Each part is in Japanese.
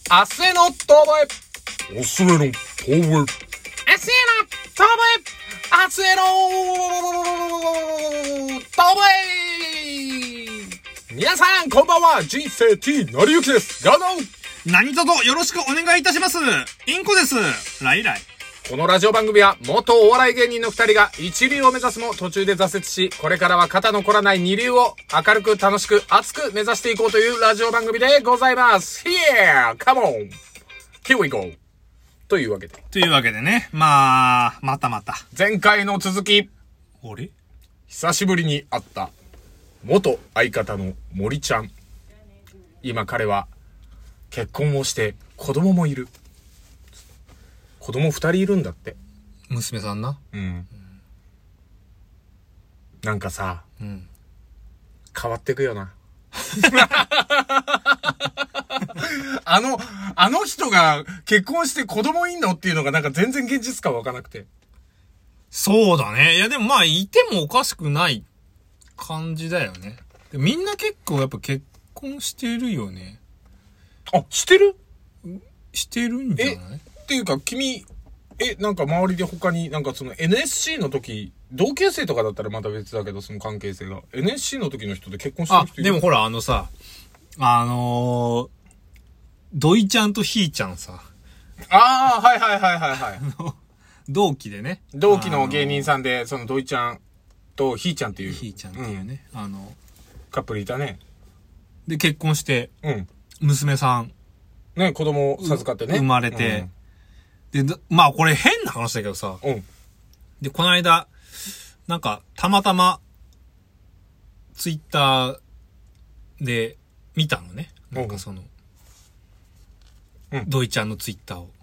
明日の遠吠え。 おすすめの遠吠え。 明日の遠吠え。明日の遠吠え。皆さん、こんばんは。人生 T なりゆきです。どうぞ。 何卒よろしくお願いいたします。インコです。ライライ。 このラジオ番組は元お笑い芸人の二人が一流を目指すも途中で挫折し、これからは肩の凝らない二流を明るく楽しく熱く目指していこうというラジオ番組でございます。Here! Come on! Here we go! というわけでね。また。 前回の続き。 あれ？ 久しぶりに会った元相方の森ちゃん。今彼は結婚をして子供もいる。子供2人いるんだって。 娘さんな。 うん。なんかさ、変わってくよな。あの人が結婚して子供いんのっていうのがなんか全然現実感わかなくて。 そうだね。いやでもいてもおかしくない感じだよね。でみんな結構やっぱ結婚してるよね。 あ、してる？ してるんじゃない？ っていうか君、なんか周りで他になんかその NSC の時、同級生とかだったらまた別だけど、その関係性が。NSC の時の人で結婚してる人いる？ でもほら土井ちゃんとひーちゃんさ。 はい。 同期でね。 同期の芸人さんで、その土井ちゃんとひーちゃんっていう。 ひーちゃんっていうね。 カップルいたね。 で、結婚して、娘さん。 ね、子供授かってね。 生まれて。で、これ変な話だけどさ。で、この間、なんか、たまたま、ツイッターで見たのね。なんか土井ちゃんのツイッターを。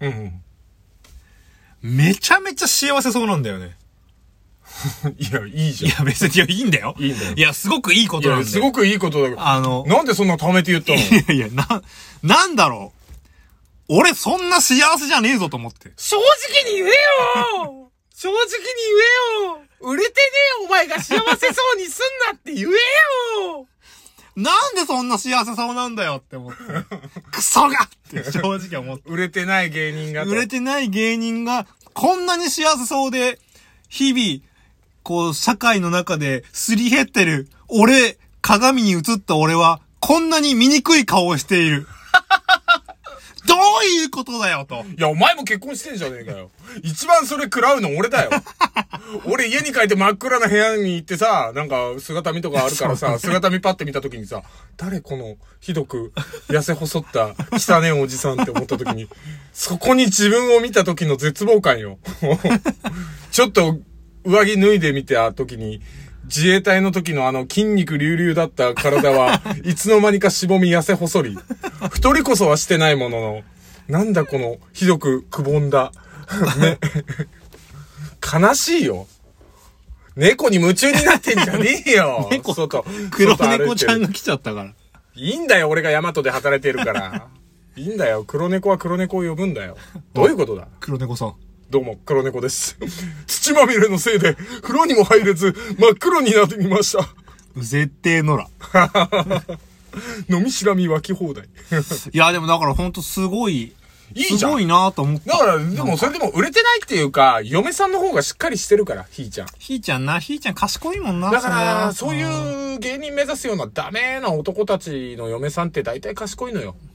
めちゃめちゃ幸せそうなんだよね。 いや、いいじゃん。 いや、別にいいんだよ。 いいんだよ。 いや、すごくいいことなんだよ。 すごくいいことだけど。なんでそんな貯めて言ったの？ いや、なんだろう。俺そんな幸せじゃねえぞと思って。 正直に言えよ正直に言えよ売れてねえお前が幸せそうにすんなって言えよなんでそんな幸せそうなんだよって思って。クソがって正直思って。 売れてない芸人がこんなに幸せそうで、日々、社会の中ですり減ってる、鏡に映った俺は、こんなに醜い顔をしている。どういうことだよと。 いや、お前も結婚してんじゃねえかよ。一番それ食らうの俺だよ。俺家に帰って真っ暗な部屋に行ってさ、なんか姿見とかあるからさ、姿見パッて見た時にさ、誰このひどく痩せ細った汚ねえおじさんって思った時に、そこに自分を見た時の絶望感よ。ちょっと上着脱いでみた時に、自衛隊の時の筋肉隆々だった体はいつの間にかしぼみ痩せ細り。太りこそはしてないものの、なんだこのひどくくぼんだ。ね。悲しいよ。猫に夢中になってんじゃねえよ。 黒猫ちゃんが来ちゃったから。 いいんだよ、俺がヤマトで働いてるから。いいんだよ、黒猫は黒猫を呼ぶんだよ。どういうことだ？ 黒猫さん。 どうも、黒猫です。土まみれのせいで、風呂にも入れず、真っ黒になってみました。 絶対のら。 飲みしらみ湧き放題。 いや、でもだからほんとすごいすごいなと思った。 だから、でもそれでも売れてないっていうか、嫁さんの方がしっかりしてるから、ひーちゃん。 ひーちゃん賢いもんな。 だから、そういう芸人目指すようなダメな男たちの嫁さんって大体賢いのよ。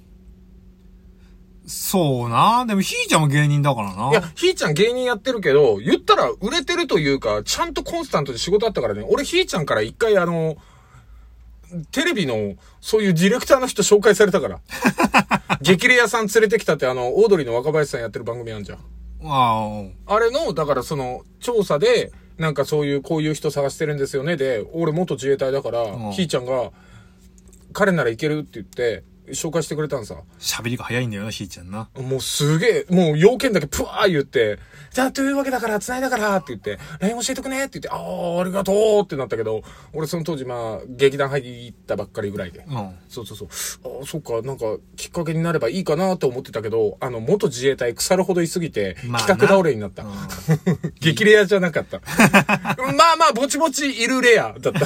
そうな。でもひーちゃんも芸人だからな。 いや、ひーちゃん芸人やってるけど、言ったら売れてるというか、ちゃんとコンスタントで仕事あったからね。俺ひーちゃんから一回テレビの、そういうディレクターの人紹介されたから。激レアさん連れてきたってオードリーの若林さんやってる番組あんじゃん。あれの、だから調査で、なんかこういう人探してるんですよね。で、俺元自衛隊だから、ひーちゃんが、彼ならいけるって言って、紹介してくれたんさ。 喋りが早いんだよな、ひーちゃんな。 もうすげえ、もう要件だけプワー言って、じゃあというわけだから繋いだからって言って、LINE 教えてくねって言って、ありがとうってなったけど、俺その当時劇団入ったばっかりぐらいで。そう。そっか、なんかきっかけになればいいかなと思ってたけど、元自衛隊腐るほどいすぎて、企画倒れになった。激レアじゃなかった。ぼちぼちいるレアだった。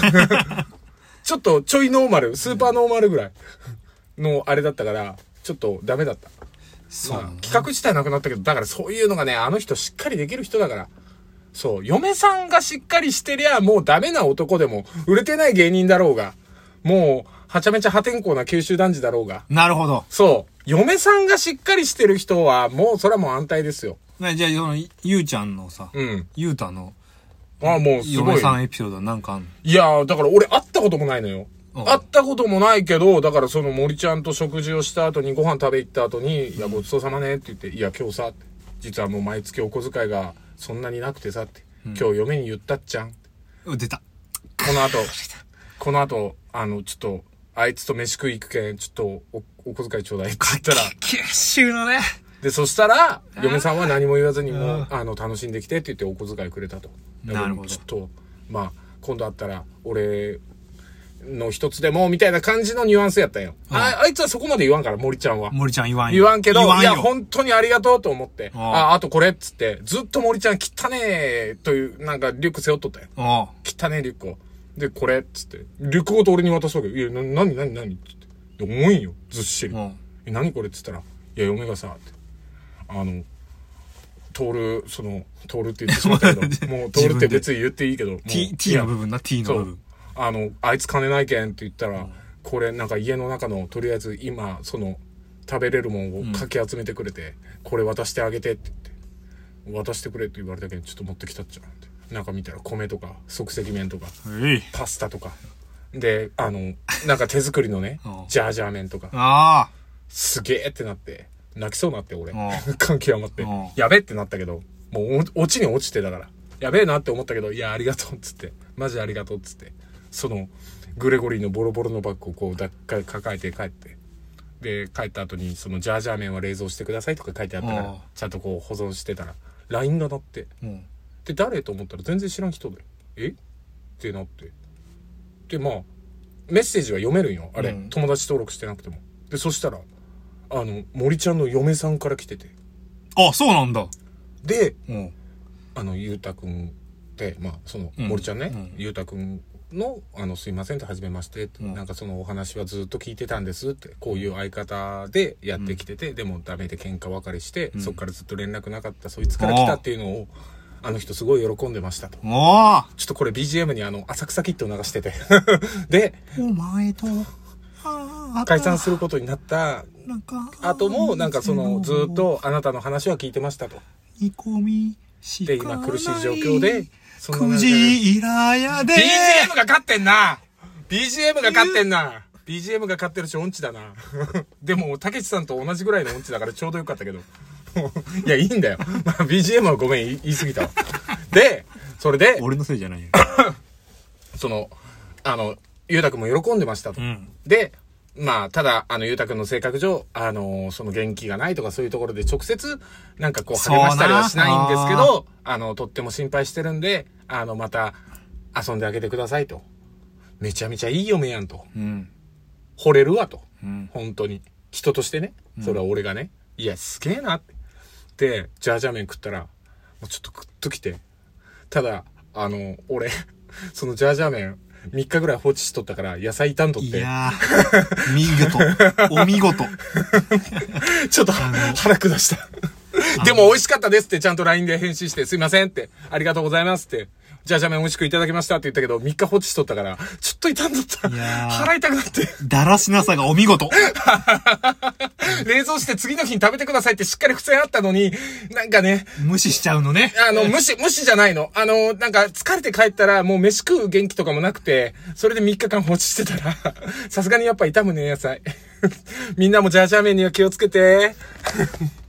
ちょっとちょいノーマル、スーパーノーマルぐらいのあれだったから、ちょっとダメだった。 そう、 まあ、企画自体なくなったけど、だからそういうのがね、あの人しっかりできる人だから。そう、嫁さんがしっかりしてりゃ、もうダメな男でも、売れてない芸人だろうが、もう、はちゃめちゃ破天荒な九州男児だろうが。 なるほど。 そう、嫁さんがしっかりしてる人は、もう、それはもう安泰ですよ。 じゃあ、ゆうちゃんのさ、ゆうたの、 もうすごい。 嫁さんエピソードはなんかあんの？ いやだから俺会ったこともないのよ。会ったこともないけど、だからその森ちゃんと食事をした後にご飯食べ行った後に、いや、ごちそうさまねって言って、いや、今日さ、実はもう毎月お小遣いがそんなになくてさって、今日嫁に言ったっちゃん。 出た。 この後、ちょっと、あいつと飯食い行くけん、ちょっとお小遣いちょうだいって言ったら。 九州のね。 で、そしたら、嫁さんは何も言わずにもう、楽しんできてって言ってお小遣いくれたと。 なるほど。 ちょっと、まあ、今度会ったら、俺の一つでも、みたいな感じのニュアンスやったんよ。あいつはそこまで言わんから、森ちゃんは。 森ちゃん言わんよ。 言わんけど、 いや、 本当にありがとうと思って。あとこれっつって、ずっと森ちゃん汚ねえという、なんかリュック背負っとったよ。汚ねえリュックを。で、これっつって、リュックごと俺に渡すわけ。いや、何っつって。重いんよ、ずっしり。何これっつったら、いや、嫁がさ、って。トールって言ってしまったけど、もうトールって別に言っていいけど、 T の部分な、T の部分。 あいつ金ないけんって言ったら、これなんか家の中の、とりあえず今、食べれるもんをかき集めてくれて、これ渡してあげてって言って、渡してくれって言われたけん、ちょっと持ってきたっちゃうって。なんか見たら米とか、即席麺とか、パスタとか。で、なんか手作りのね、ジャージャー麺とか。すげえってなって、泣きそうになって俺、感極まって、やべえってなったけど、もう落ちに落ちてだから、やべえなって思ったけど、いや、ありがとうっつって、マジありがとうっつって、グレゴリーのボロボロのバッグをこう、抱えて帰って、で、帰った後に、ジャージャー麺は冷蔵してくださいとか書いてあったから、ちゃんとこう保存してたら、LINE が鳴って、で、誰と思ったら全然知らん人で、えってなって。で、まあ、メッセージは読めるんよ、あれ、友達登録してなくても。で、そしたら、森ちゃんの嫁さんから来てて。 あ、そうなんだ。 で、ゆうたくんって、まあ、森ちゃんね、ゆうたくんの、すいませんって、はじめましてって、なんかお話はずっと聞いてたんですって、こういう相方でやってきてて、でもダメで喧嘩別れして、そっからずっと連絡なかった、そいつから来たっていうのを、あの人すごい喜んでましたと。ちょっとこれ BGM に浅草キッドを流してて。で、 お前と、 解散することになった後も、なんかずっとあなたの話は聞いてましたと。で、今苦しい状況で、 クジラやで BGM が勝ってんな BGM が勝ってんな BGM が勝ってるし音痴だな。でも、たけしさんと同じぐらいの音痴だからちょうどよかったけど。いや、いいんだよ。まあ、BGM はごめん、言い過ぎたわ。で、それで、 俺のせいじゃないよ。 ゆうたくんも喜んでましたと。で、まあ、ただ、ゆうたくんの性格上、元気がないとかそういうところで直接、なんかこう、励ましたりはしないんですけど、とっても心配してるんで、また、遊んであげてくださいと。めちゃめちゃいい嫁やんと。惚れるわと。本当に。人としてね。それは俺がね。いや、すげえなって。で、ジャージャー麺食ったら、もうちょっとグッときて。ただ、俺、そのジャージャー麺、3日ぐらい放置しとったから野菜炒んとって。いやー、見事。お見事。 ちょっと腹下した。でも美味しかったですってちゃんと LINE で返信して、すいませんって、ありがとうございますって、じゃあ美味しくいただきましたって言ったけど、3日放置しとったから、ちょっと傷んどった。腹痛くなって。 だらしなさがお見事。 冷蔵して次の日に食べてくださいってしっかり付箋あったのに、なんかね。 無視しちゃうのね。 無視じゃないの。なんか疲れて帰ったらもう飯食う元気とかもなくて、それで3日間放置してたら、さすがにやっぱ傷むね、野菜。みんなもジャージャー麺には気をつけて。